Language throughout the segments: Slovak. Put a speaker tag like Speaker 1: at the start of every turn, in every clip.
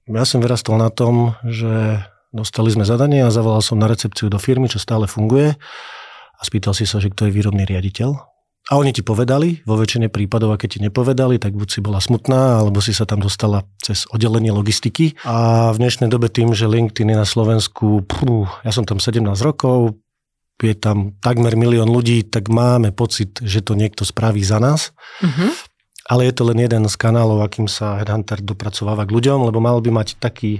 Speaker 1: Ja som vyrastol na tom, že dostali sme zadanie a zavolal som na recepciu do firmy, čo stále funguje a spýtal si sa, že kto je výrobný riaditeľ. A oni ti povedali, vo väčšine prípadov, a keď ti nepovedali, tak buď si bola smutná, alebo si sa tam dostala cez oddelenie logistiky. A v dnešnej dobe tým, že LinkedIn je na Slovensku, ja som tam 17 rokov, je tam takmer 1 000 000 ľudí, tak máme pocit, že to niekto spraví za nás. Ale je to len jeden z kanálov, akým sa Headhunter dopracováva k ľuďom, lebo mal by mať taký...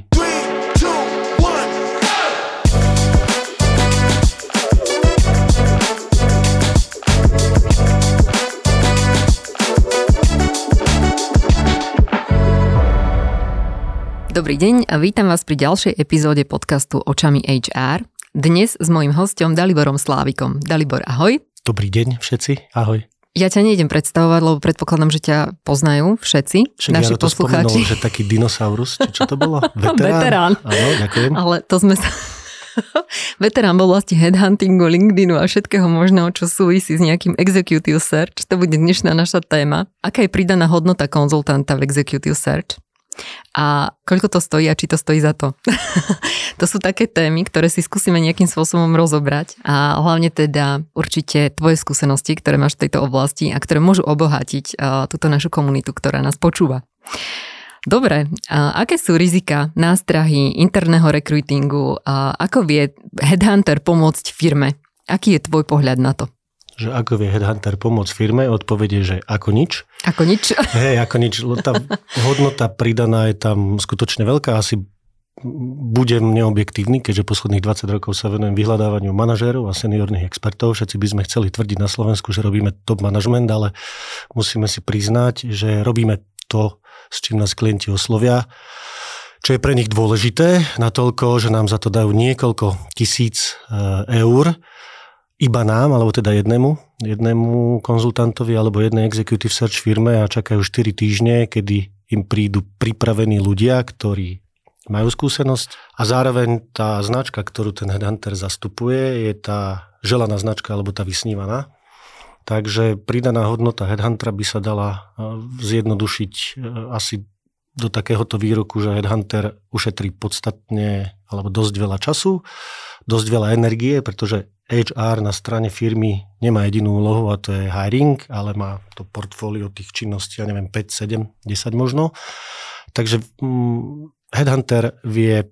Speaker 2: Dobrý deň a vítam vás pri ďalšej epizóde podcastu Očami HR. Dnes s mojím hosťom Daliborom Slávikom. Dalibor, ahoj.
Speaker 1: Dobrý deň všetci, ahoj.
Speaker 2: Ja ťa nejdem predstavovať, lebo predpokladám, že ťa poznajú všetci,
Speaker 1: však
Speaker 2: naši
Speaker 1: ja to
Speaker 2: poslucháči.
Speaker 1: Spomenul, že taký dinosaurus, čo to bolo?
Speaker 2: Veterán.
Speaker 1: Áno, ďakujem.
Speaker 2: Ale to sme sa... Veterán v oblasti headhuntingu, LinkedInu a všetkého možného, čo súvisí s nejakým executive search. To bude dnešná naša téma. Aká je pridaná hodnota konzultanta v executive search? A koľko to stojí a či to stojí za to? To sú také témy, ktoré si skúsime nejakým spôsobom rozobrať a hlavne teda určite tvoje skúsenosti, ktoré máš v tejto oblasti a ktoré môžu obohatiť túto našu komunitu, ktorá nás počúva. Dobre, aké sú rizika, nástrahy interného rekrutingu a ako vie Headhunter pomôcť firme? Aký je tvoj pohľad na to?
Speaker 1: Že ako vie Headhunter pomôcť firme, odpovede, že ako nič.
Speaker 2: Ako nič?
Speaker 1: Hej, ako nič. Tá hodnota pridaná je tam skutočne veľká. Asi budem neobjektívny, keďže posledných 20 rokov sa venujem vyhľadávaniu manažérov a seniorných expertov. Všetci by sme chceli tvrdiť na Slovensku, že robíme top management, ale musíme si priznať, že robíme to, s čím nás klienti oslovia, čo je pre nich dôležité, natoľko, že nám za to dajú niekoľko tisíc eur, iba nám, alebo teda jednému konzultantovi alebo jednej executive search firme a čakajú 4 týždne, kedy im prídu pripravení ľudia, ktorí majú skúsenosť a zároveň tá značka, ktorú ten Headhunter zastupuje, je tá želaná značka alebo tá vysnívaná. Takže pridaná hodnota Headhuntera by sa dala zjednodušiť asi do takéhoto výroku, že Headhunter ušetrí podstatne alebo dosť veľa času, dosť veľa energie, pretože HR na strane firmy nemá jedinú úlohu a to je hiring, ale má to portfólio tých činností, ja neviem, 5, 7, 10 možno. Takže Headhunter vie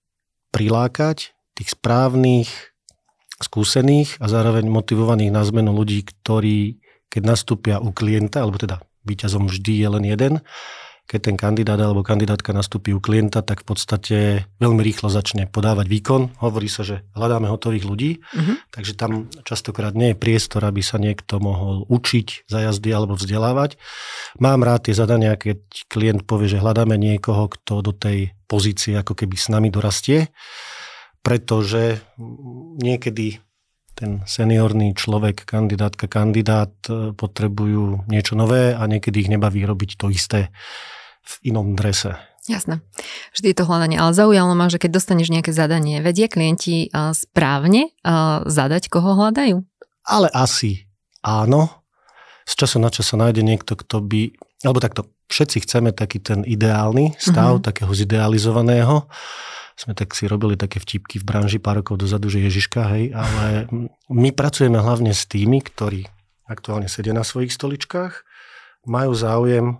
Speaker 1: prilákať tých správnych, skúsených a zároveň motivovaných na zmenu ľudí, ktorí, keď nastúpia u klienta, alebo teda víťazom vždy je len jeden, keď ten kandidát alebo kandidátka nastúpi u klienta, tak v podstate veľmi rýchlo začne podávať výkon. Hovorí sa, že hľadáme hotových ľudí, takže tam častokrát nie je priestor, aby sa niekto mohol učiť za jazdy alebo vzdelávať. Mám rád tie zadania, keď klient povie, že hľadáme niekoho, kto do tej pozície ako keby s nami dorastie, pretože niekedy ten seniorný človek, kandidátka, kandidát potrebujú niečo nové a niekedy ich nebaví robiť to isté v inom drese.
Speaker 2: Jasné. Vždy je to hľadanie, ale zaujalo ma, že keď dostaneš nejaké zadanie, vedia klienti správne zadať, koho hľadajú? Ale
Speaker 1: asi áno. Z času na čas sa nájde niekto, kto by, alebo takto, všetci chceme taký ten ideálny stav, takého zidealizovaného. Sme tak si robili také vtipky v branži pár rokov dozadu, že Ježiška, hej, ale my pracujeme hlavne s tými, ktorí aktuálne sedia na svojich stoličkách, majú záujem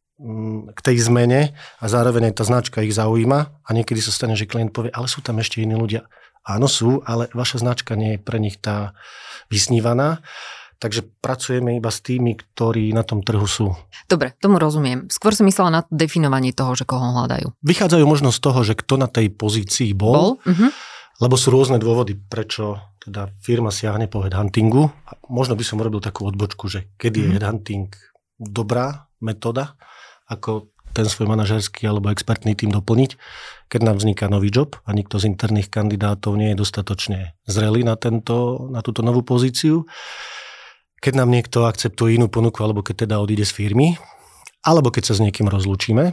Speaker 1: k tej zmene a zároveň aj tá značka ich zaujíma a niekedy sa stane, že klient povie, ale sú tam ešte iní ľudia. Áno sú, ale vaša značka nie je pre nich tá vysnívaná. Takže pracujeme iba s tými, ktorí na tom trhu sú.
Speaker 2: Dobre, tomu rozumiem. Skôr som myslela na definovanie toho, že koho hľadajú.
Speaker 1: Vychádzajú možno z toho, že kto na tej pozícii bol? Lebo sú rôzne dôvody, prečo teda firma siahne po headhuntingu. A možno by som robil takú odbočku, že kedy je headhunting dobrá metóda, ako ten svoj manažerský alebo expertný tým doplniť, keď nám vzniká nový job a nikto z interných kandidátov nie je dostatočne zrelý na túto novú pozíciu. Keď nám niekto akceptuje inú ponuku, alebo keď teda odíde z firmy, alebo keď sa s niekým rozlúčime.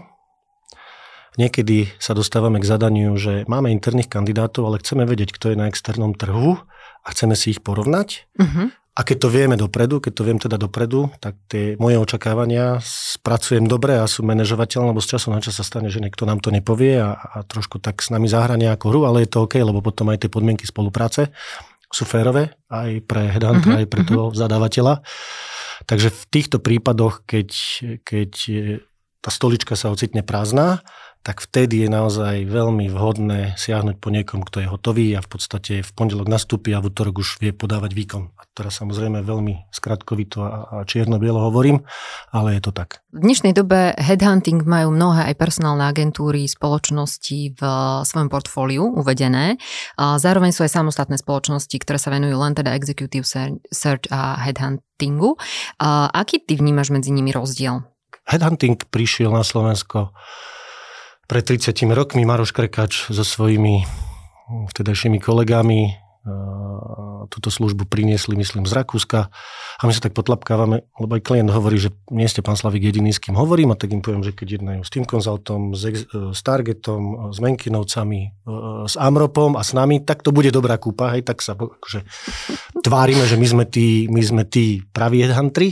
Speaker 1: Niekedy sa dostávame k zadaniu, že máme interných kandidátov, ale chceme vedieť, kto je na externom trhu a chceme si ich porovnať. A keď to vieme dopredu, tak tie moje očakávania spracujem dobre a sú manažovateľné, lebo z času na čas sa stane, že niekto nám to nepovie a trošku tak s nami zahra nejakú hru, ale je to OK, lebo potom aj tie podmienky spolupráce sú férové aj pre headhuntera, aj pre toho zadávateľa. Takže v týchto prípadoch, keď tá stolička sa ocitne prázdna, tak vtedy je naozaj veľmi vhodné siahnuť po niekom, kto je hotový a v podstate v pondelok nastúpi a v utorok už vie podávať výkon. A teraz samozrejme veľmi skratkovito a čierno-bielo hovorím, ale je to tak.
Speaker 2: V dnešnej dobe headhunting majú mnohé aj personálne agentúry, spoločnosti v svojom portfóliu uvedené. A zároveň sú aj samostatné spoločnosti, ktoré sa venujú len teda executive search a headhuntingu. A aký ty vnímaš medzi nimi rozdiel?
Speaker 1: Headhunting prišiel na Slovensko pred 30 rokmi. Maroš Krekač so svojimi vtedajšími kolegami túto službu priniesli, myslím, z Rakúska. A my sa tak potlapkávame, lebo aj klient hovorí, že nie ste, pán Slavík, jediný, s kým hovorím, a tak im poviem, že keď jednajú s Team Consultom, s Targetom, s Menkinovcami, s Amropom a s nami, tak to bude dobrá kúpa. Hej, tak sa akože tvárime, že my sme tí praví headhunteri.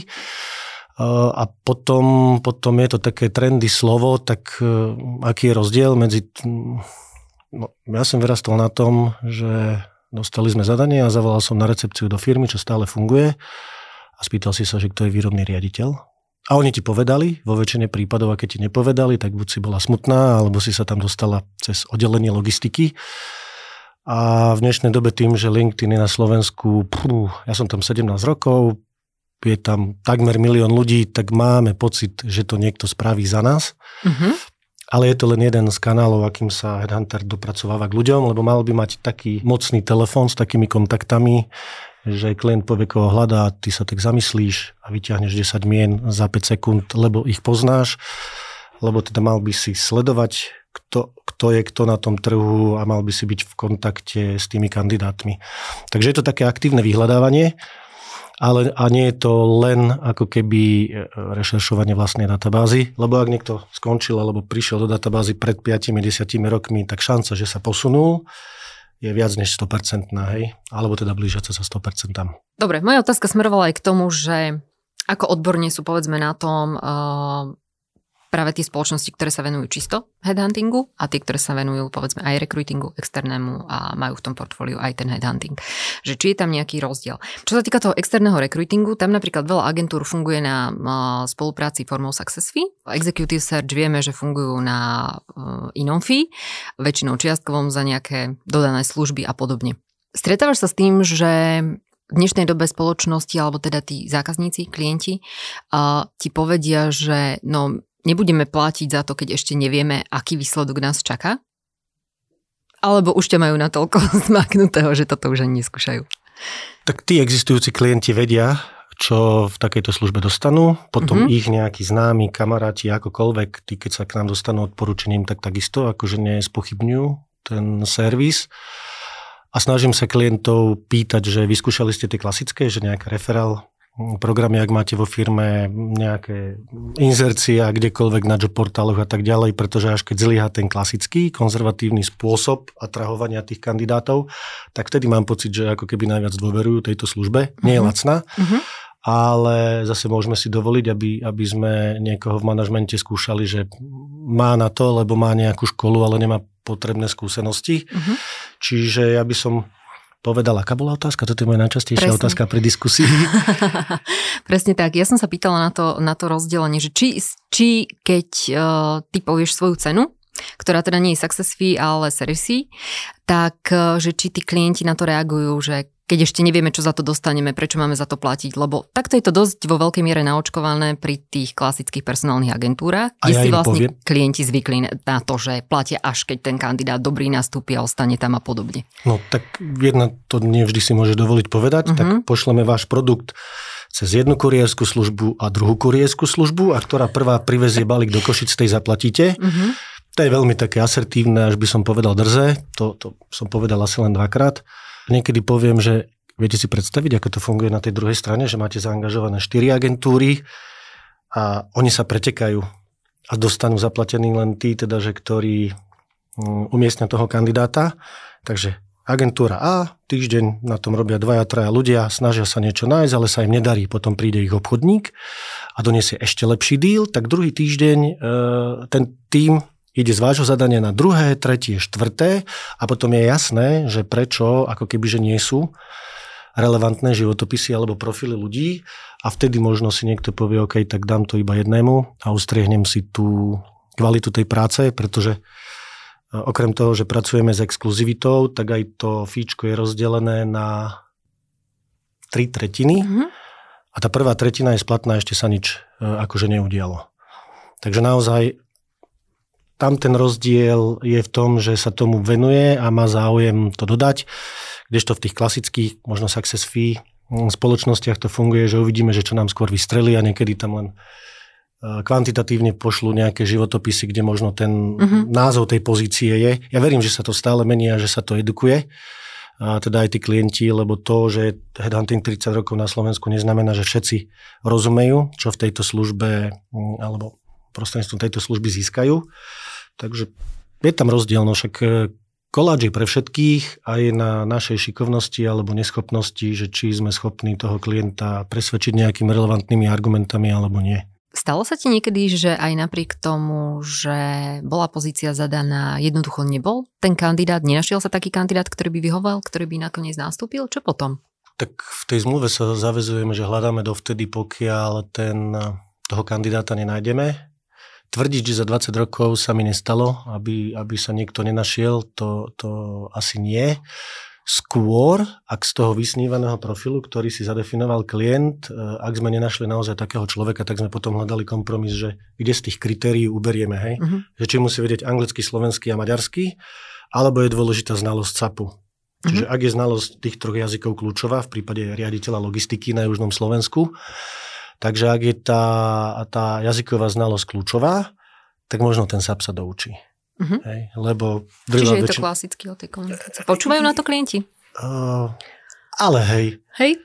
Speaker 1: A potom je to také trendy slovo, tak aký je rozdiel medzi... No, ja som vyrastol na tom, že dostali sme zadanie a zavolal som na recepciu do firmy, čo stále funguje, a spýtal si sa, že kto je výrobný riaditeľ. A oni ti povedali, vo väčšine prípadov, a keď ti nepovedali, tak buď si bola smutná, alebo si sa tam dostala cez oddelenie logistiky. A v dnešnej dobe tým, že LinkedIn je na Slovensku, ja som tam 17 rokov, je tam takmer 1 000 000 ľudí, tak máme pocit, že to niekto spraví za nás. Ale je to len jeden z kanálov, akým sa headhunter dopracováva k ľuďom, lebo mal by mať taký mocný telefón s takými kontaktami, že klient povie, koho hľadá, ty sa tak zamyslíš a vyťahneš 10 mien za 5 sekúnd, lebo ich poznáš, lebo teda mal by si sledovať, kto je kto na tom trhu, a mal by si byť v kontakte s tými kandidátmi. Takže je to také aktívne vyhľadávanie. A nie je to len ako keby rešeršovanie vlastnej databázy, lebo ak niekto skončil alebo prišiel do databázy pred 5-10 rokmi, tak šanca, že sa posunul, je viac než 100%, hej? Alebo teda blížiaca sa 100%.
Speaker 2: Dobre, moja otázka smerovala aj k tomu, že ako odborne sú povedzme na tom práve tie spoločnosti, ktoré sa venujú čisto headhuntingu a tie, ktoré sa venujú povedzme aj recruitingu externému a majú v tom portfóliu aj ten headhunting. Že či je tam nejaký rozdiel. Čo sa týka toho externého recruitingu, tam napríklad veľa agentúr funguje na spolupráci formou success fee. Executive search vieme, že fungujú na inom fee, väčšinou čiastkovom za nejaké dodané služby a podobne. Stretávaš sa s tým, že v dnešnej dobe spoločnosti, alebo teda tí zákazníci, klienti, ti povedia, že nebudeme platiť za to, keď ešte nevieme, aký výsledok nás čaká? Alebo už ťa majú natoľko zmáknutého, že toto už ani neskúšajú?
Speaker 1: Tak tí existujúci klienti vedia, čo v takejto službe dostanú. Potom ich nejakí známi, kamaráti, akokoľvek, tí, keď sa k nám dostanú odporúčením, tak takisto akože nespochybňujú ten servis. A snažím sa klientov pýtať, že vyskúšali ste tie klasické, že nejaké referál programy, ak máte vo firme nejaké inzercie a kdekoľvek na job portáloch a tak ďalej, pretože až keď zlyhá ten klasický, konzervatívny spôsob atrahovania tých kandidátov, tak vtedy mám pocit, že ako keby najviac dôverujú tejto službe. Nie je lacná, ale zase môžeme si dovoliť, aby sme niekoho v manažmente skúšali, že má na to, lebo má nejakú školu, ale nemá potrebné skúsenosti. Čiže ja by som povedal, aká bola otázka? Toto je moja najčastejšia otázka pri diskusii.
Speaker 2: Presne tak. Ja som sa pýtala na to rozdelenie, že či keď ty povieš svoju cenu, ktorá teda nie je success fee, ale service fee, tak že či tí klienti na to reagujú, že keď ešte nevieme, čo za to dostaneme, prečo máme za to platiť, lebo takto je to dosť vo veľkej miere naočkované pri tých klasických personálnych agentúrach, kde si vlastne klienti zvykli na to, že platia až keď ten kandidát dobrý nastúpi a ostane tam a podobne. No
Speaker 1: tak jedna to nevždy si môže dovoliť povedať, tak pošleme váš produkt cez jednu kurierskú službu a druhú kurierskú službu, a ktorá prvá privezie balík do Košic, tej zaplatíte. To je veľmi také asertívne, až by som povedal drze. To som povedal asi len 2-krát. Niekedy poviem, že viete si predstaviť, ako to funguje na tej druhej strane, že máte zaangažované 4 agentúry a oni sa pretekajú a dostanú zaplatení len tí, teda, že ktorí umiestnia toho kandidáta. Takže agentúra A, týždeň na tom robia 2-3 ľudia, snažia sa niečo nájsť, ale sa im nedarí. Potom príde ich obchodník a donesie ešte lepší deal, tak druhý týždeň ten tím ide z vášho zadania na 2., 3., 4. a potom je jasné, že prečo, ako keby, že nie sú relevantné životopisy alebo profily ľudí a vtedy možno si niekto povie, OK, tak dám to iba jednému a ustriehnem si tú kvalitu tej práce, pretože okrem toho, že pracujeme s exkluzivitou, tak aj to fíčko je rozdelené na 3/3 a tá prvá tretina je splatná, ešte sa nič akože neudialo. Takže naozaj tam ten rozdiel je v tom, že sa tomu venuje a má záujem to dodať, kdežto v tých klasických, možno success fee spoločnostiach to funguje, že uvidíme, že čo nám skôr vystrelí a niekedy tam len kvantitatívne pošlú nejaké životopisy, kde možno ten názov tej pozície je. Ja verím, že sa to stále mení a že sa to edukuje. A teda aj tí klienti, lebo to, že headhunting 30 rokov na Slovensku neznamená, že všetci rozumejú, čo v tejto službe alebo prostredníctvom tejto služby získajú. Takže je tam rozdiel, no však koláč je pre všetkých aj na našej šikovnosti alebo neschopnosti, že či sme schopní toho klienta presvedčiť nejakými relevantnými argumentami alebo nie.
Speaker 2: Stalo sa ti niekedy, že aj napriek tomu, že bola pozícia zadaná, jednoducho nebol ten kandidát, nenašiel sa taký kandidát, ktorý by vyhoval, ktorý by nakoniec nastúpil? Čo potom?
Speaker 1: Tak v tej zmluve sa zaväzujeme, že hľadáme dovtedy, pokiaľ toho kandidáta nenájdeme. Tvrdiť, že za 20 rokov sa mi nestalo, aby sa niekto nenašiel, to asi nie. Skôr, ak z toho vysnívaného profilu, ktorý si zadefinoval klient, ak sme nenašli naozaj takého človeka, tak sme potom hľadali kompromis, že kde z tých kritérií uberieme, hej? Že či musí vedieť anglicky, slovenský a maďarsky, alebo je dôležitá znalosť SAPu. Čiže ak je znalosť tých 3 jazykov kľúčová, v prípade riaditeľa logistiky na južnom Slovensku, takže ak je tá jazyková znalosť kľúčová, tak možno ten SAP sa doučí. Hej, lebo
Speaker 2: čiže je to klasicky o tej komunikácii. Počúvajú na to klienti?
Speaker 1: Ale hej.
Speaker 2: Hej?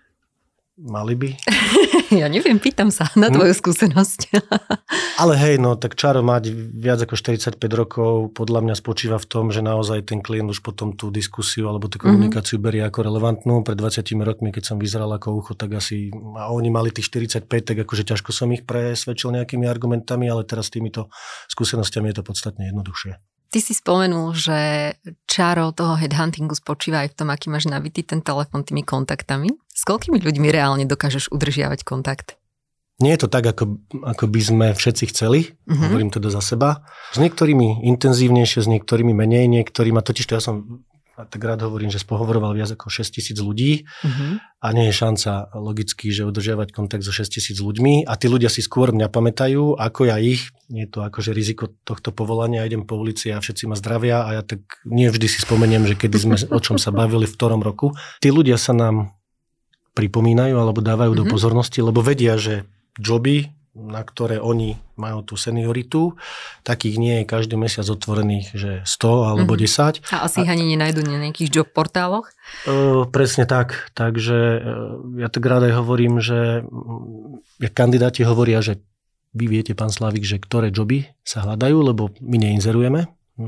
Speaker 1: Mali by.
Speaker 2: Ja neviem, pýtam sa na tvoju skúsenosť.
Speaker 1: Ale hej, no tak čaro mať viac ako 45 rokov podľa mňa spočíva v tom, že naozaj ten klient už potom tú diskusiu alebo tú komunikáciu berie ako relevantnú. Pred 20 rokmi, keď som vyzeral ako ucho, tak asi, a oni mali tých 45, tak akože ťažko som ich presvedčil nejakými argumentami, ale teraz s týmito skúsenostiami je to podstatne jednoduchšie.
Speaker 2: Ty si spomenul, že čaro toho headhuntingu spočíva aj v tom, aký máš nabitý ten telefon tými kontaktami. S koľkými ľuďmi reálne dokážeš udržiavať kontakt?
Speaker 1: Nie je to tak, ako by sme všetci chceli, hovorím teda za seba. S niektorými intenzívnejšie, s niektorými menej, niektorými, totiž to ja som tak rád hovorím, že spohovoroval viac ako 6 000 ľudí a nie je šanca logicky, že udržiavať kontakt so 6 000 ľuďmi a tí ľudia si skôr mňa pamätajú, ako ja ich. Nie je to akože riziko tohto povolania, idem po ulici a všetci ma zdravia a ja tak nie vždy si spomeniem, že kedy sme o čom sa bavili, v ktorom roku. Tí ľudia sa nám pripomínajú alebo dávajú do pozornosti, lebo vedia, že joby, na ktoré oni majú tú senioritu, takých nie je každý mesiac otvorených, že 100 alebo 10.
Speaker 2: A asi ich ani nenajdu na nejakých job portáloch?
Speaker 1: Presne tak. Takže ja tak rád aj hovorím, že kandidáti hovoria, že vy viete, pán Slávik, že ktoré joby sa hľadajú, lebo my neinzerujeme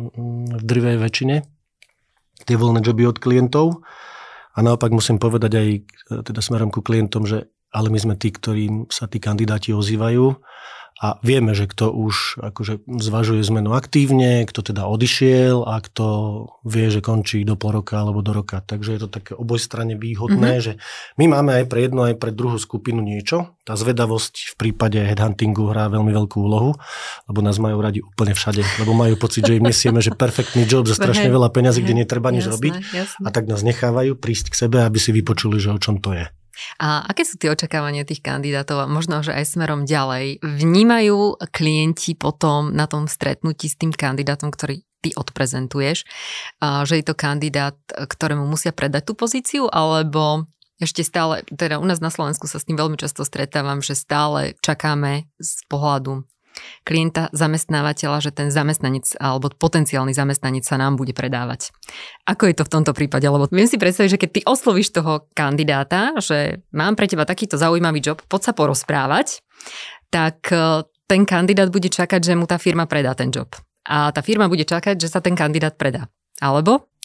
Speaker 1: v drvej väčšine tie voľné joby od klientov. A naopak musím povedať aj teda smerom ku klientom, že ale my sme tí, ktorým sa tí kandidáti ozývajú a vieme, že kto už akože zvažuje zmenu aktívne, kto teda odišiel a kto vie, že končí do pol roka alebo do roka. Takže je to také obojstranne výhodné, že my máme aj pre jednu, aj pre druhú skupinu niečo. Tá zvedavosť v prípade headhuntingu hrá veľmi veľkú úlohu, lebo nás majú radi úplne všade, lebo majú pocit, že im nesieme, že perfektný job za strašne veľa peňazí, kde netreba nič robiť. A tak nás nechávajú prísť k sebe, aby si vypočuli, že o čom to je.
Speaker 2: A aké sú tie očakávania tých kandidátov a možno, že aj smerom ďalej? Vnímajú klienti potom na tom stretnutí s tým kandidátom, ktorý ty odprezentuješ, že je to kandidát, ktorému musia predať tú pozíciu, alebo ešte stále, teda u nás na Slovensku sa s tým veľmi často stretávam, že stále čakáme z pohľadu klienta, zamestnávateľa, že ten zamestnanec alebo potenciálny zamestnanec sa nám bude predávať. Ako je to v tomto prípade? Lebo viem si predstaviť, že keď ty oslovíš toho kandidáta, že mám pre teba takýto zaujímavý job, poď sa porozprávať, tak ten kandidát bude čakať, že mu tá firma predá ten job. A tá firma bude čakať, že sa ten kandidát predá. Alebo?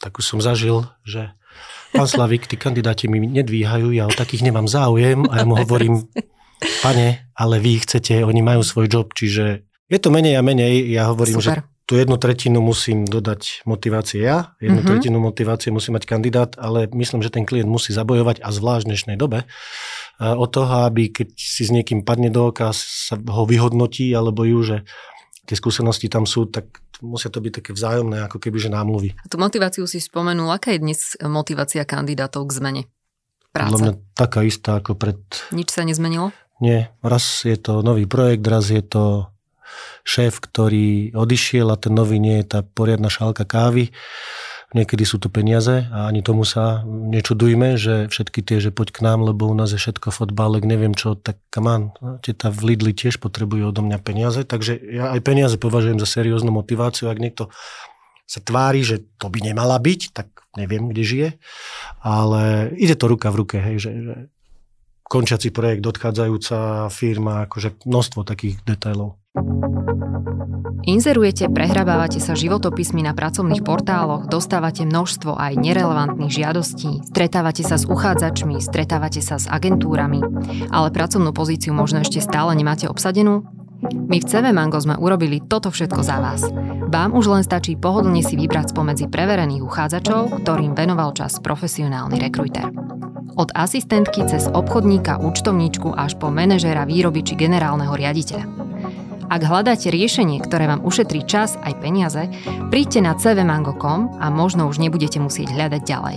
Speaker 1: tak už som zažil, že pán Slavík, tí kandidáti mi nedvíhajú, ja o takých nemám záujem a ja mu hovorím, pane, ale vy chcete, oni majú svoj job, čiže je to menej a menej. Ja hovorím,
Speaker 2: Super.
Speaker 1: že tú 1/3 musím dodať motivácie ja, 1/3 motivácie musí mať kandidát, ale myslím, že ten klient musí zabojovať a zvlášť v dnešnej dobe od toho, aby keď si s niekým padne do oka, sa ho vyhodnotí alebo ju, že tie skúsenosti tam sú, tak musia to byť také vzájomné, ako keby, že námluvy.
Speaker 2: Tú motiváciu si spomenul. Aká je dnes motivácia kandidátov k zmene práce?
Speaker 1: Podľa mňa taká istá ako pred...
Speaker 2: Nič sa nezmenilo?
Speaker 1: Nie, raz je to nový projekt, raz je to šéf, ktorý odišiel a ten nový nie je tá poriadna šálka kávy. Niekedy sú to peniaze a ani tomu sa nečudujme, že všetky tie, že poď k nám, lebo u nás je všetko fotbalek, neviem čo, tak come on, teta v Lidli tiež potrebujú odo mňa peniaze, takže ja aj peniaze považujem za serióznu motiváciu. Ak niekto sa tvári, že to by nemala byť, tak neviem, kde žije, ale ide to ruka v ruke, hej, že končiaci projekt, odchádzajúca firma, akože množstvo takých detailov.
Speaker 2: Inzerujete, prehrabávate sa životopismi na pracovných portáloch, dostávate množstvo aj nerelevantných žiadostí, stretávate sa s uchádzačmi, stretávate sa s agentúrami, ale pracovnú pozíciu možno ešte stále nemáte obsadenú? My v CV Mango sme urobili toto všetko za vás. Vám už len stačí pohodlne si vybrať spomedzi preverených uchádzačov, ktorým venoval čas profesionálny rekrúter. Od asistentky cez obchodníka, účtovníčku až po manažéra výroby či generálneho riaditeľa. Ak hľadáte riešenie, ktoré vám ušetrí čas aj peniaze, príďte na cvmango.com a možno už nebudete musieť hľadať ďalej.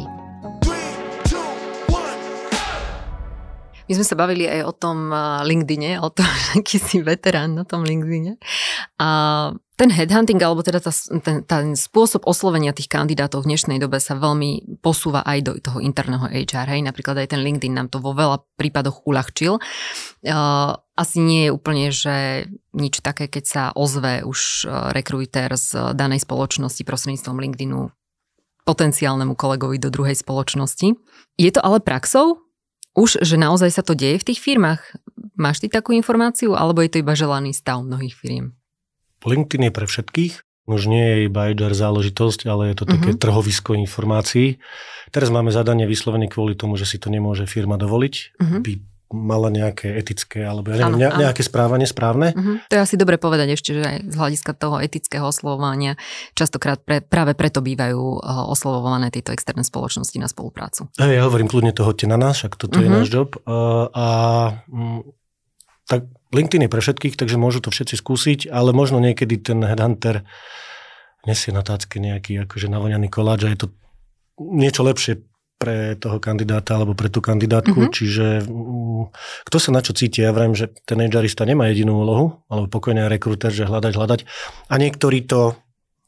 Speaker 2: My sme sa bavili aj o tom LinkedIne, o tom, aký si veterán na tom LinkedIne. A ten headhunting, alebo teda ten spôsob oslovenia tých kandidátov v dnešnej dobe sa veľmi posúva aj do toho interného HR. Hej? Napríklad aj ten LinkedIn nám to vo veľa prípadoch uľahčil. Asi nie je úplne, že nič také, keď sa ozve už rekrúter z danej spoločnosti prostredníctvom LinkedInu potenciálnemu kolegovi do druhej spoločnosti. Je to ale praxou? Už, že naozaj sa to deje v tých firmách? Máš ty takú informáciu, alebo je to iba želaný stav mnohých firiem?
Speaker 1: LinkedIn je pre všetkých. Už nie je iba HR záležitosť, ale je to také trhovisko informácií. Teraz máme zadanie vyslovené kvôli tomu, že si to nemôže firma dovoliť, by mala nejaké etické, alebo ja neviem, nejaké správanie správne.
Speaker 2: To je asi dobre povedať ešte, že aj z hľadiska toho etického oslovovania častokrát práve preto bývajú oslovované tieto externé spoločnosti na spoluprácu.
Speaker 1: Ja hovorím kľudne to, hoďte na nás, však toto je náš job. Tak LinkedIn je pre všetkých, takže môžu to všetci skúsiť, ale možno niekedy ten headhunter nesie na tácke nejaký akože navoňaný koláč a je to niečo lepšie pre toho kandidáta alebo pre tú kandidátku, čiže kto sa na čo cíti, ja vravím, že ten HRista nemá jedinú úlohu, alebo pokojne aj rekrúter, že hľadať. A niektorí to,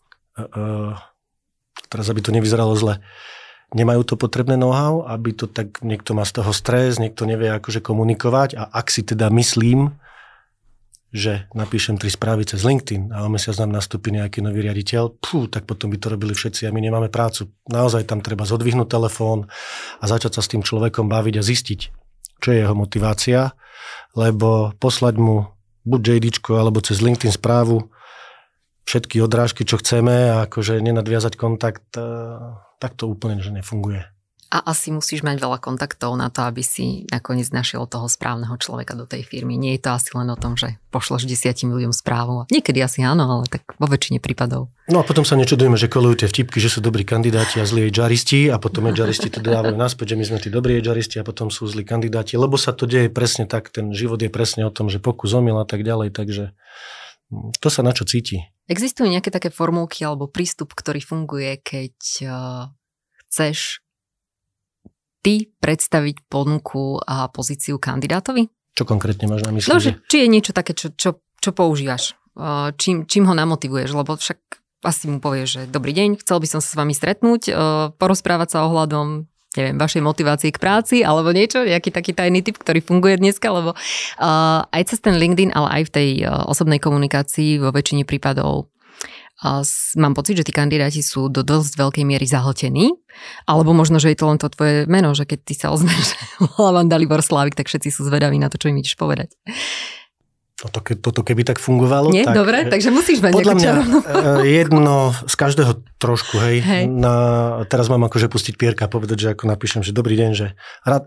Speaker 1: teraz aby to nevyzeralo zle, nemajú to potrebné know-how, aby to tak, niekto má z toho stres, niekto nevie akože komunikovať a ak si teda myslím, že napíšem 3 správy cez LinkedIn a o mesiac nám nastúpi nejaký nový riaditeľ, tak potom by to robili všetci a my nemáme prácu. Naozaj tam treba zodvihnúť telefón a začať sa s tým človekom baviť a zistiť, čo je jeho motivácia, lebo poslať mu buď JDčko alebo cez LinkedIn správu všetky odrážky, čo chceme a akože nenadviazať kontakt, tak to úplne že nefunguje.
Speaker 2: A asi musíš mať veľa kontaktov na to, aby si nakoniec našiel toho správneho človeka do tej firmy. Nie je to asi len o tom, že pošleš 10 ľuďom správu. Niekedy asi áno, ale tak vo väčšine prípadov. No
Speaker 1: a potom sa nečudujeme, že kolujú tie vtipky, že sú dobrí kandidáti a zlí HRisti a potom HRisti to dávajú naspäť, že my sme tí dobrí HRisti a potom sú zlí kandidáti, lebo sa to deje presne tak, ten život je presne o tom, že pokus omyl a tak ďalej, takže to sa na čo cíti.
Speaker 2: Existujú nejaké také formulky alebo prístup, ktorý funguje, keď chceš ty predstaviť ponuku a pozíciu kandidátovi?
Speaker 1: Čo konkrétne máš na mysli?
Speaker 2: No, že či je niečo také, čo používaš? Čím ho namotivuješ? Lebo však asi mu povieš, že dobrý deň, chcel by som sa s vami stretnúť, porozprávať sa ohľadom, neviem, vašej motivácie k práci, alebo niečo, nejaký taký tajný typ, ktorý funguje dneska, lebo aj cez ten LinkedIn, ale aj v tej osobnej komunikácii vo väčšine prípadov mám pocit, že tí kandidáti sú do dosť veľkej miery zahltení, alebo možno, že je to len to tvoje meno, že keď ty sa ozmeš, volám Dalibor Slávik, tak všetci sú zvedaví na to, čo im ideš povedať.
Speaker 1: toto keby tak fungovalo.
Speaker 2: Nie?
Speaker 1: Tak,
Speaker 2: dobre, takže musíš mať
Speaker 1: podľa
Speaker 2: nejakú
Speaker 1: mňa
Speaker 2: čarovnú.
Speaker 1: jedno z každého trošku, hej.
Speaker 2: Hej.
Speaker 1: Teraz mám akože pustiť pierka a povedať, že ako napíšem, že dobrý deň, že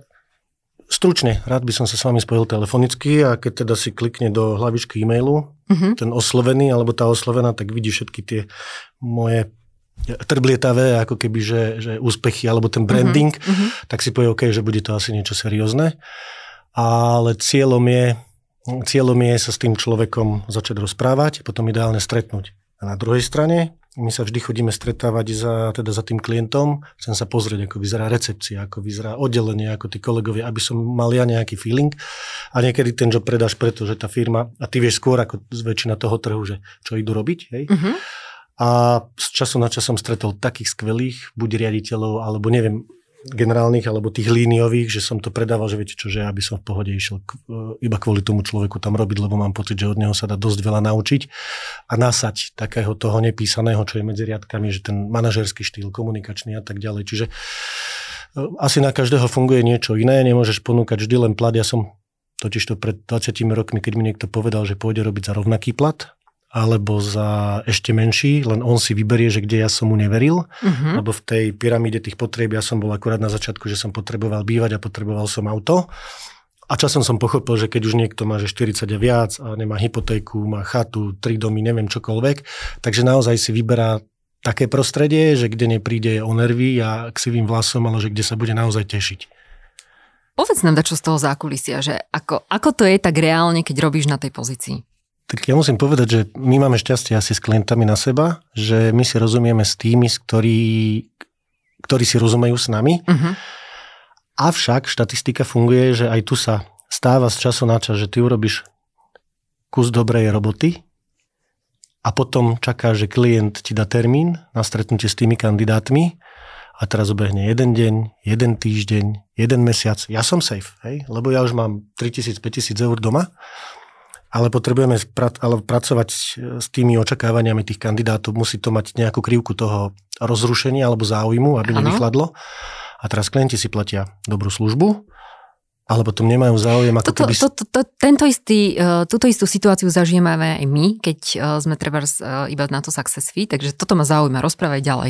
Speaker 1: rád by som sa s vami spojil telefonicky a keď teda si klikne do hlavičky e-mailu, ten oslovený alebo tá oslovená, tak vidí všetky tie moje trblietavé, ako keby, že úspechy alebo ten branding, tak si povie, OK, že bude to asi niečo seriózne. Ale cieľom je sa s tým človekom začať rozprávať, potom ideálne stretnúť. A na druhej strane, my sa vždy chodíme stretávať za tým klientom, chcem sa pozrieť, ako vyzerá recepcia, ako vyzerá oddelenie, ako tí kolegovia, aby som mal ja nejaký feeling. A niekedy ten job predáš preto, že tá firma, a ty vieš skôr ako väčšina toho trhu, že čo idú robiť, hej? A z času na čas som stretol takých skvelých, buď riaditeľov, alebo neviem, generálnych, alebo tých líniových, že som to predával, že viete čo, že aby som v pohode išiel iba kvôli tomu človeku tam robiť, lebo mám pocit, že od neho sa dá dosť veľa naučiť a nasať takého toho nepísaného, čo je medzi riadkami, že ten manažerský štýl, komunikačný a tak ďalej. Čiže asi na každého funguje niečo iné, nemôžeš ponúkať vždy len plat. Ja som totižto pred 20 rokmi, keď mi niekto povedal, že pôjde robiť za rovnaký plat, alebo za ešte menší, len on si vyberie, že kde ja som mu neveril, lebo v tej pyramíde tých potrieb ja som bol akurát na začiatku, že som potreboval bývať a potreboval som auto. A časom som pochopil, že keď už niekto má že 40 a viac a nemá hypotéku, má chatu, 3 domy, neviem čokoľvek, takže naozaj si vyberá také prostredie, že kde nepríde o nervy a k sivým vlasom, ale že kde sa bude naozaj tešiť.
Speaker 2: Povedz nám dačo z toho zákulisia, že ako to je tak reálne, keď robíš na tej pozícii?
Speaker 1: Tak ja musím povedať, že my máme šťastie asi s klientami na seba, že my si rozumieme s tými, ktorí si rozumejú s nami. Avšak štatistika funguje, že aj tu sa stáva z času na čas, že ty urobíš kus dobrej roboty a potom čaká, že klient ti dá termín na stretnutie s tými kandidátmi a teraz ubehne jeden deň, jeden týždeň, jeden mesiac. Ja som safe, hej? Lebo ja už mám 3,000-5,000 eur doma. Ale potrebujeme pracovať s tými očakávaniami tých kandidátov. Musí to mať nejakú krivku toho rozrušenia alebo záujmu, aby nevychladlo. A teraz klienti si platia dobrú službu, ale potom nemajú záujem. Ako
Speaker 2: Túto istú situáciu zažijeme aj my, keď sme treba iba na to success fee, takže toto ma zaujíma, rozprávaj ďalej.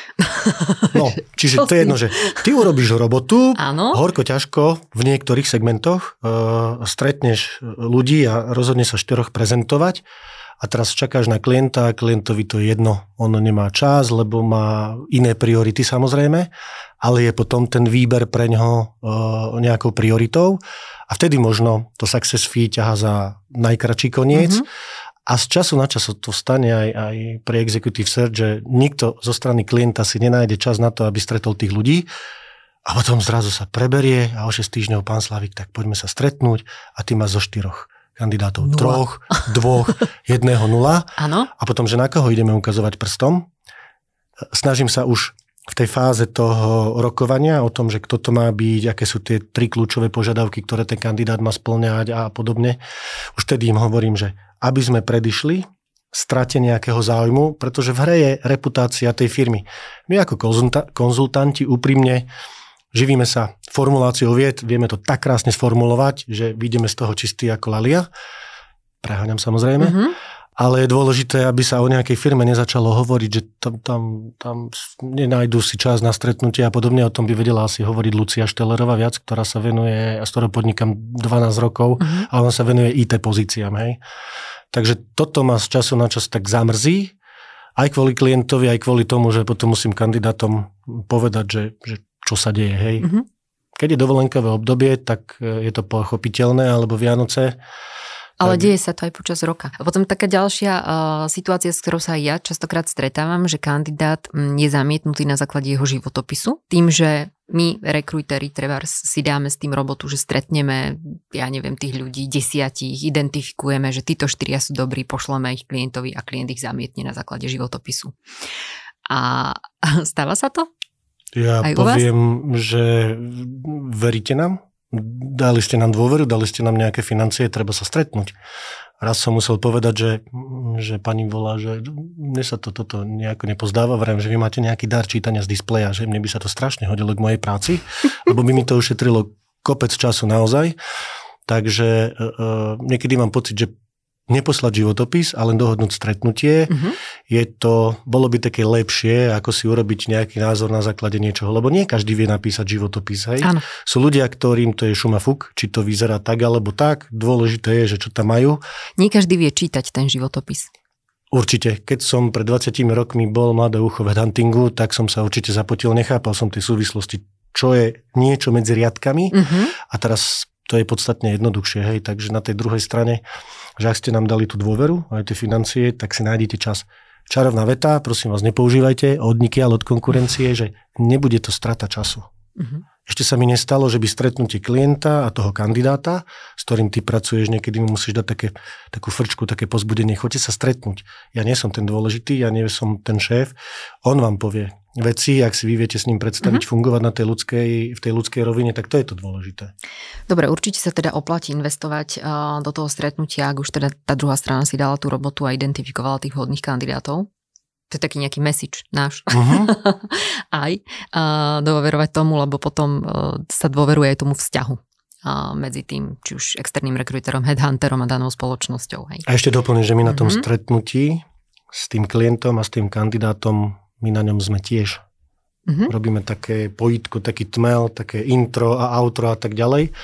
Speaker 1: No, čiže to je jedno, že ty urobíš robotu,
Speaker 2: áno.
Speaker 1: Horko ťažko v niektorých segmentoch, stretneš ľudí a rozhodne sa 4 prezentovať a teraz čakáš na klienta a klientovi to je jedno. On nemá čas, lebo má iné priority samozrejme, ale je potom ten výber pre ňoho nejakou prioritou a vtedy možno to success fee ťahá za najkračší koniec a z času na čas to stane aj pre executive search, že nikto zo strany klienta si nenájde čas na to, aby stretol tých ľudí a potom zrazu sa preberie a o 6 týždňov pán Slavik, tak poďme sa stretnúť a ty máš zo 4 kandidátov 3, 2, 1, 0.
Speaker 2: Áno.
Speaker 1: A potom, že na koho ideme ukazovať prstom. Snažím sa už v tej fáze toho rokovania o tom, že kto to má byť, aké sú tie 3 kľúčové požiadavky, ktoré ten kandidát má spĺňať a podobne. Už tedy im hovorím, že aby sme predišli strate nejakého záujmu, pretože v hre je reputácia tej firmy. My ako konzultanti úprimne živíme sa formuláciou vied, vieme to tak krásne sformulovať, že vyjdeme z toho čistý ako lalia. Preháňam samozrejme. Ale je dôležité, aby sa o nejakej firme nezačalo hovoriť, že tam nenájdu si čas na stretnutie a podobne. O tom by vedela asi hovoriť Lucia Štelerová viac, ktorá sa venuje, s ktorou podnikám 12 rokov, a ona sa venuje IT pozíciám. Hej. Takže toto ma z času na čas tak zamrzí, aj kvôli klientovi, aj kvôli tomu, že potom musím kandidátom povedať, že čo sa deje, hej. Keď je dovolenkové obdobie, tak je to pochopiteľné, alebo Vianoce.
Speaker 2: Ale deje sa to aj počas roka. A potom taká ďalšia situácia, s ktorou sa aj ja častokrát stretávam, že kandidát je zamietnutý na základe jeho životopisu. Tým, že my, rekrúteri, trebárs si dáme s tým robotu, že stretneme, ja neviem, tých ľudí 10, identifikujeme, že títo 4 sú dobrí, pošleme ich klientovi a klient ich zamietne na základe životopisu. A stáva sa to?
Speaker 1: Ja poviem, že veríte nám? Dali ste nám dôveru, dali ste nám nejaké financie, treba sa stretnúť. Raz som musel povedať, že pani volá, že mne sa toto nejako nepozdáva, vrem, že vy máte nejaký dar čítania z displeja, že mne by sa to strašne hodilo k mojej práci, lebo by mi to ušetrilo kopec času naozaj. Takže niekedy mám pocit, že neposlať životopis, ale dohodnúť stretnutie. Bolo by také lepšie, ako si urobiť nejaký názor na základe niečoho, lebo nie každý vie napísať životopis. Hej?
Speaker 2: Áno.
Speaker 1: Sú ľudia, ktorým to je šumafuk, či to vyzerá tak alebo tak. Dôležité je, že čo tam majú.
Speaker 2: Nie každý vie čítať ten životopis.
Speaker 1: Určite. Keď som pred 20 rokmi bol mladé ucho v headhuntingu, tak som sa určite zapotil, nechápal som tie súvislosti, čo je niečo medzi riadkami a teraz to je podstatne jednoduchšie. Hej? Takže na tej druhej strane, že ak ste nám dali tú dôveru, aj tie financie, tak si nájdete čas. Čarovná veta, prosím vás, nepoužívajte odnikiaľ od konkurencie, že nebude to strata času. Ešte sa mi nestalo, že by stretnutie klienta a toho kandidáta, s ktorým ty pracuješ, niekedy mu musíš dať takú frčku, také povzbudenie, choďte sa stretnúť. Ja nie som ten dôležitý, ja nie som ten šéf, on vám povie veci, ak si vy viete s ním predstaviť fungovať v tej ľudskej rovine, tak to je to dôležité.
Speaker 2: Dobre, určite sa teda oplatí investovať do toho stretnutia, ak už teda tá druhá strana si dala tú robotu a identifikovala tých vhodných kandidátov. To je taký nejaký message náš. Aj dôverovať tomu, lebo potom sa dôveruje aj tomu vzťahu medzi tým, či už externým rekruterom, headhunterom a danou spoločnosťou. Hej.
Speaker 1: A ešte doplním, že my na tom stretnutí s tým klientom a s tým kandidátom my na ňom sme tiež. Robíme také pojitko, taký tmel, také intro a outro a tak ďalej.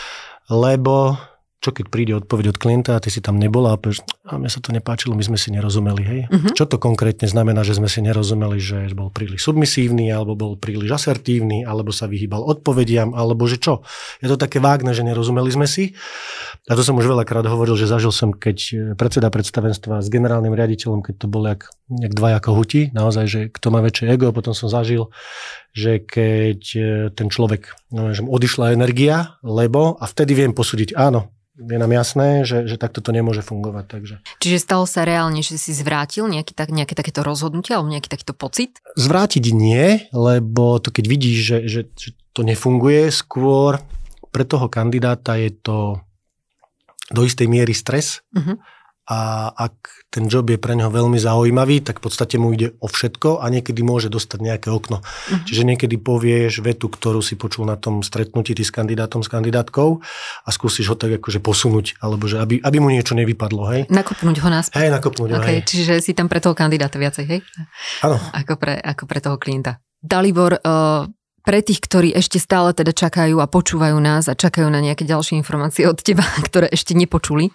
Speaker 1: Lebo čo keď príde odpoveď od klienta a ty si tam nebola a povieš, a mne sa to nepáčilo, my sme si nerozumeli. Hej? Čo to konkrétne znamená, že sme si nerozumeli, že bol príliš submisívny, alebo bol príliš asertívny, alebo sa vyhýbal odpovediam, alebo že čo? Je to také vágne, že nerozumeli sme si. A to som už veľakrát hovoril, že zažil som, keď predseda predstavenstva s generálnym riaditeľom, keď to bol jak dvaja kohuti, naozaj, že kto má väčšie ego, potom som zažil, že keď ten človek, že mu odišla energia, lebo, a vtedy viem posúdiť, áno, je nám jasné, že takto to nemôže fungovať. Takže.
Speaker 2: Čiže stalo sa reálne, že si zvrátil nejaké takéto rozhodnutie alebo nejaký takýto pocit?
Speaker 1: Zvrátiť nie, lebo to keď vidíš, že to nefunguje, skôr pre toho kandidáta je to do istej miery stres. A ak ten job je pre neho veľmi zaujímavý, tak v podstate mu ide o všetko a niekedy môže dostať nejaké okno. Čiže niekedy povieš vetu, ktorú si počul na tom stretnutí ty s kandidátom, s kandidátkou a skúsiš ho tak akože posunúť, alebo že aby mu niečo nevypadlo, hej?
Speaker 2: Nakopnúť ho naspäť.
Speaker 1: Hej, nakopnúť ho,
Speaker 2: hej. Čiže si tam pre toho kandidáta viacej, hej?
Speaker 1: Áno.
Speaker 2: Ako pre toho klienta. Dalibor, pre tých, ktorí ešte stále teda čakajú a počúvajú nás a čakajú na nejaké ďalšie informácie od teba, ktoré ešte nepočuli,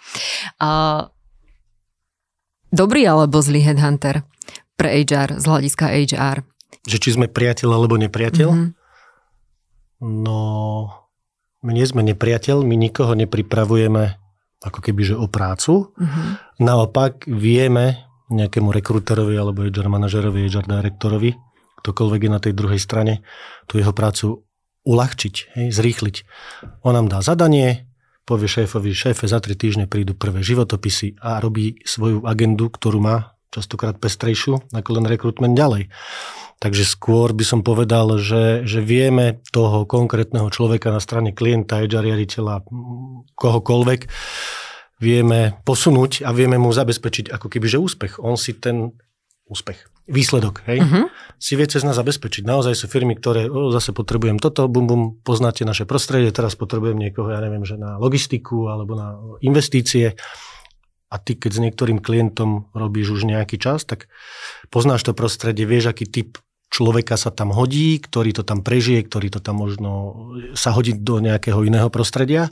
Speaker 2: dobrý alebo zlý headhunter pre HR, z hľadiska HR?
Speaker 1: Že či sme priateľ alebo nepriateľ? No, my nie sme nepriateľ, my nikoho nepripravujeme ako keby, že o prácu. Naopak vieme nejakému rekruterovi alebo HR manažerovi, HR direktorovi, ktokoľvek je na tej druhej strane, tú jeho prácu uľahčiť, hej, zrýchliť. On nám dá zadanie, povie šéfovi, šéfe, za 3 týždne prídu prvé životopisy a robí svoju agendu, ktorú má častokrát pestrejšiu, ako len rekrutment ďalej. Takže skôr by som povedal, že vieme toho konkrétneho človeka na strane klienta, HR riaditeľa, kohokoľvek, vieme posunúť a vieme mu zabezpečiť ako keby, že úspech. On si ten úspech, výsledok, hej, si vie cez nás zabezpečiť. Naozaj sú firmy, ktoré zase potrebujem toto, poznáte naše prostredie, teraz potrebujem niekoho, ja neviem, že na logistiku alebo na investície. A ty, keď s niektorým klientom robíš už nejaký čas, tak poznáš to prostredie, vieš, aký typ človeka sa tam hodí, ktorý to tam prežije, ktorý to tam možno sa hodí do nejakého iného prostredia.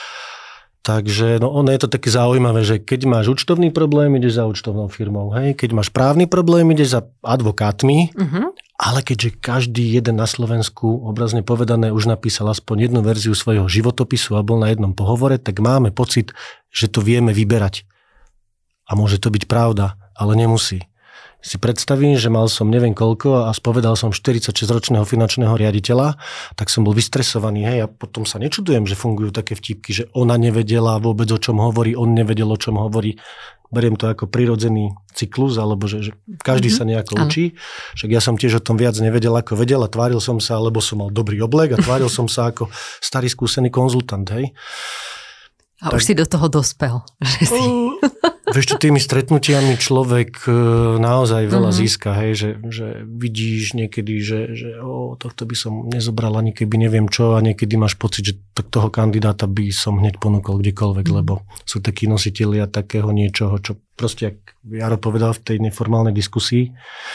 Speaker 1: Takže ono je to také zaujímavé, že keď máš účtovný problém, ideš za účtovnou firmou. Hej? Keď máš právny problém, ideš za advokátmi. Ale keďže každý jeden na Slovensku, obrazne povedané, už napísal aspoň jednu verziu svojho životopisu a bol na jednom pohovore, tak máme pocit, že to vieme vyberať. A môže to byť pravda, ale nemusí. Si predstavím, že mal som neviem koľko a spovedal som 46-ročného finančného riaditeľa, tak som bol vystresovaný. Hej, a potom sa nečudujem, že fungujú také vtipky, že ona nevedela vôbec, o čom hovorí, on nevedel, o čom hovorí. Beriem to ako prirodzený cyklus, alebo že každý sa nejako učí. Však ja som tiež o tom viac nevedel, ako vedel a tváril som sa, lebo som mal dobrý oblek a tváril som sa ako starý skúsený konzultant. Hej.
Speaker 2: A už si do toho dospel. Že si...
Speaker 1: Vieš čo, tými stretnutiami človek naozaj veľa získa, hej, že vidíš niekedy, že tohto by som nezobral ani keby neviem čo a niekedy máš pocit, že toho kandidáta by som hneď ponúkol kdekoľvek, lebo sú takí nositelia takého niečoho, čo proste, jak Jaro povedal v tej neformálnej diskusii,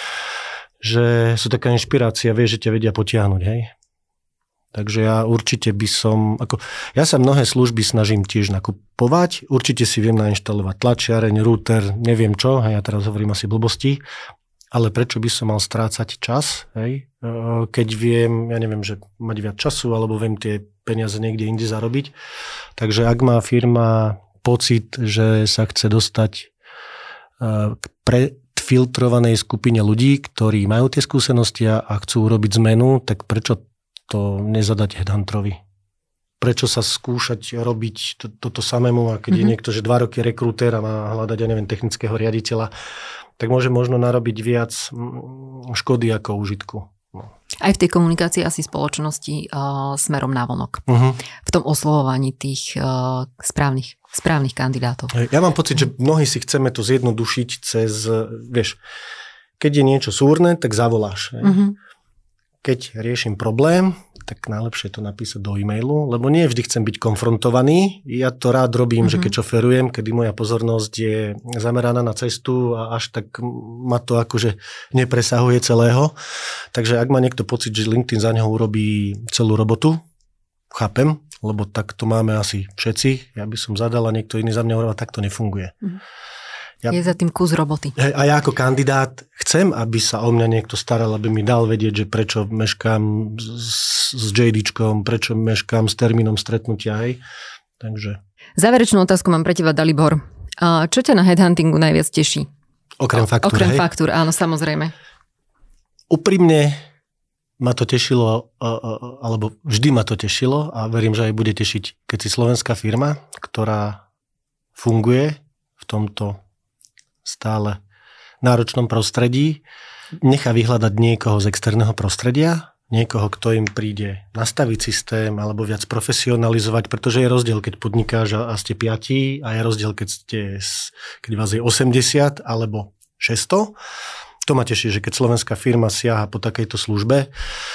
Speaker 1: že sú taká inšpirácia, vieš, že ťa vedia potiahnuť, hej. Takže ja určite by som, ja sa mnohé služby snažím tiež nakupovať, určite si viem nainštalovať tlačiareň, router, neviem čo, ja teraz hovorím asi blbosti, ale prečo by som mal strácať čas, hej? Keď viem, ja neviem, že mať viac času, alebo viem tie peniaze niekde inde zarobiť. Takže ak má firma pocit, že sa chce dostať k predfiltrovanej skupine ľudí, ktorí majú tie skúsenosti a chcú urobiť zmenu, tak prečo to nezadať headhunterovi? Prečo sa skúšať robiť toto samému, a keď je niekto, že 2 roky rekrutér a má hľadať, ja neviem, technického riaditeľa, tak môže možno narobiť viac škody ako užitku. No.
Speaker 2: Aj v tej komunikácii asi spoločnosti smerom navonok. V tom oslovovaní tých správnych kandidátov.
Speaker 1: Ja mám pocit, že mnohí si chceme to zjednodušiť cez, vieš, keď je niečo súrne, tak zavoláš. Keď riešim problém, tak najlepšie je to napísať do e-mailu, lebo nie vždy chcem byť konfrontovaný. Ja to rád robím, že keď šoferujem, kedy moja pozornosť je zameraná na cestu a až tak ma to akože nepresahuje celého. Takže ak má niekto pocit, že LinkedIn za neho urobí celú robotu, chápem, lebo tak to máme asi všetci. Ja by som zadal a niekto iný za mňa hovoril, tak to nefunguje.
Speaker 2: Je za tým kus roboty.
Speaker 1: A ja ako kandidát chcem, aby sa o mňa niekto staral, aby mi dal vedieť, že prečo meškám s JDčkom, prečo meškám s termínom stretnutia. Hej. Takže.
Speaker 2: Záverečnú otázku mám pre teba, Dalibor. Čo ťa na headhuntingu najviac teší?
Speaker 1: Okrem faktúr,
Speaker 2: Okrem faktúr, áno, samozrejme.
Speaker 1: Úprimne ma to tešilo, alebo vždy ma to tešilo a verím, že aj bude tešiť, keď si slovenská firma, ktorá funguje v tomto stále náročnom prostredí, nechá vyhľadať niekoho z externého prostredia, niekoho, kto im príde nastaviť systém alebo viac profesionalizovať, pretože je rozdiel, keď podnikáš a ste 5 a je rozdiel, keď vás je 80 alebo 600. To ma teší, že keď slovenská firma siaha po takejto službe,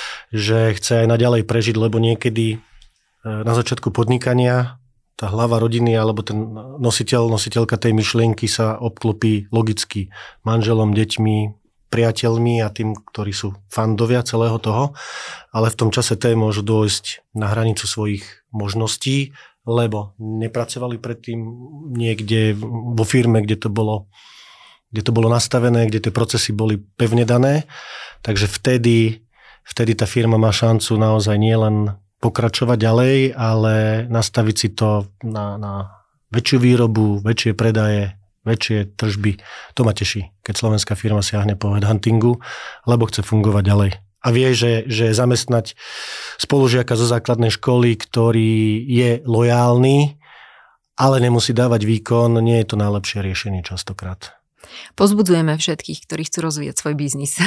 Speaker 1: že chce aj naďalej prežiť, lebo niekedy na začiatku podnikania tá hlava rodiny alebo ten nositeľka tej myšlienky sa obklopí logicky manželom, deťmi, priateľmi a tým, ktorí sú fandovia celého toho, ale v tom čase môžu dôjsť na hranicu svojich možností, lebo nepracovali predtým niekde vo firme, kde to bolo nastavené, kde tie procesy boli pevne dané, takže vtedy tá firma má šancu naozaj nielen pokračovať ďalej, ale nastaviť si to na väčšiu výrobu, väčšie predaje, väčšie tržby. To ma teší, keď slovenská firma siahne po headhuntingu, lebo chce fungovať ďalej. A vie, že zamestnať spolužiaka zo základnej školy, ktorý je lojálny, ale nemusí dávať výkon, nie je to najlepšie riešenie častokrát.
Speaker 2: Pozbudzujeme všetkých, ktorí chcú rozvíjať svoj biznis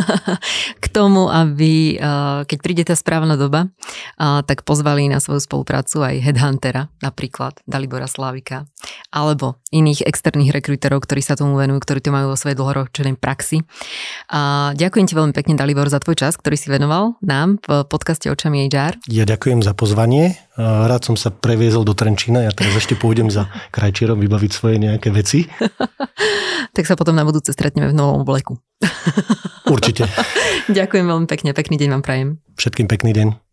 Speaker 2: k tomu, aby keď príde tá správna doba, tak pozvali na svoju spoluprácu aj headhuntera, napríklad Dalibora Slávika, alebo iných externých rekruterov, ktorí sa tomu venujú, ktorí to majú vo svojej dlhoročnej praxi. Ďakujem ti veľmi pekne, Dalibor, za tvoj čas, ktorý si venoval nám v podcaste Očami HR.
Speaker 1: Ja ďakujem za pozvanie. Rád som sa previezol do Trenčína, ja teraz ešte pôjdem za krajčírom vybaviť svoje nejaké veci.
Speaker 2: Tak sa potom na budúce stretneme v novom obleku.
Speaker 1: Určite.
Speaker 2: Ďakujem veľmi pekne, pekný deň vám prajem.
Speaker 1: Všetkým pekný deň.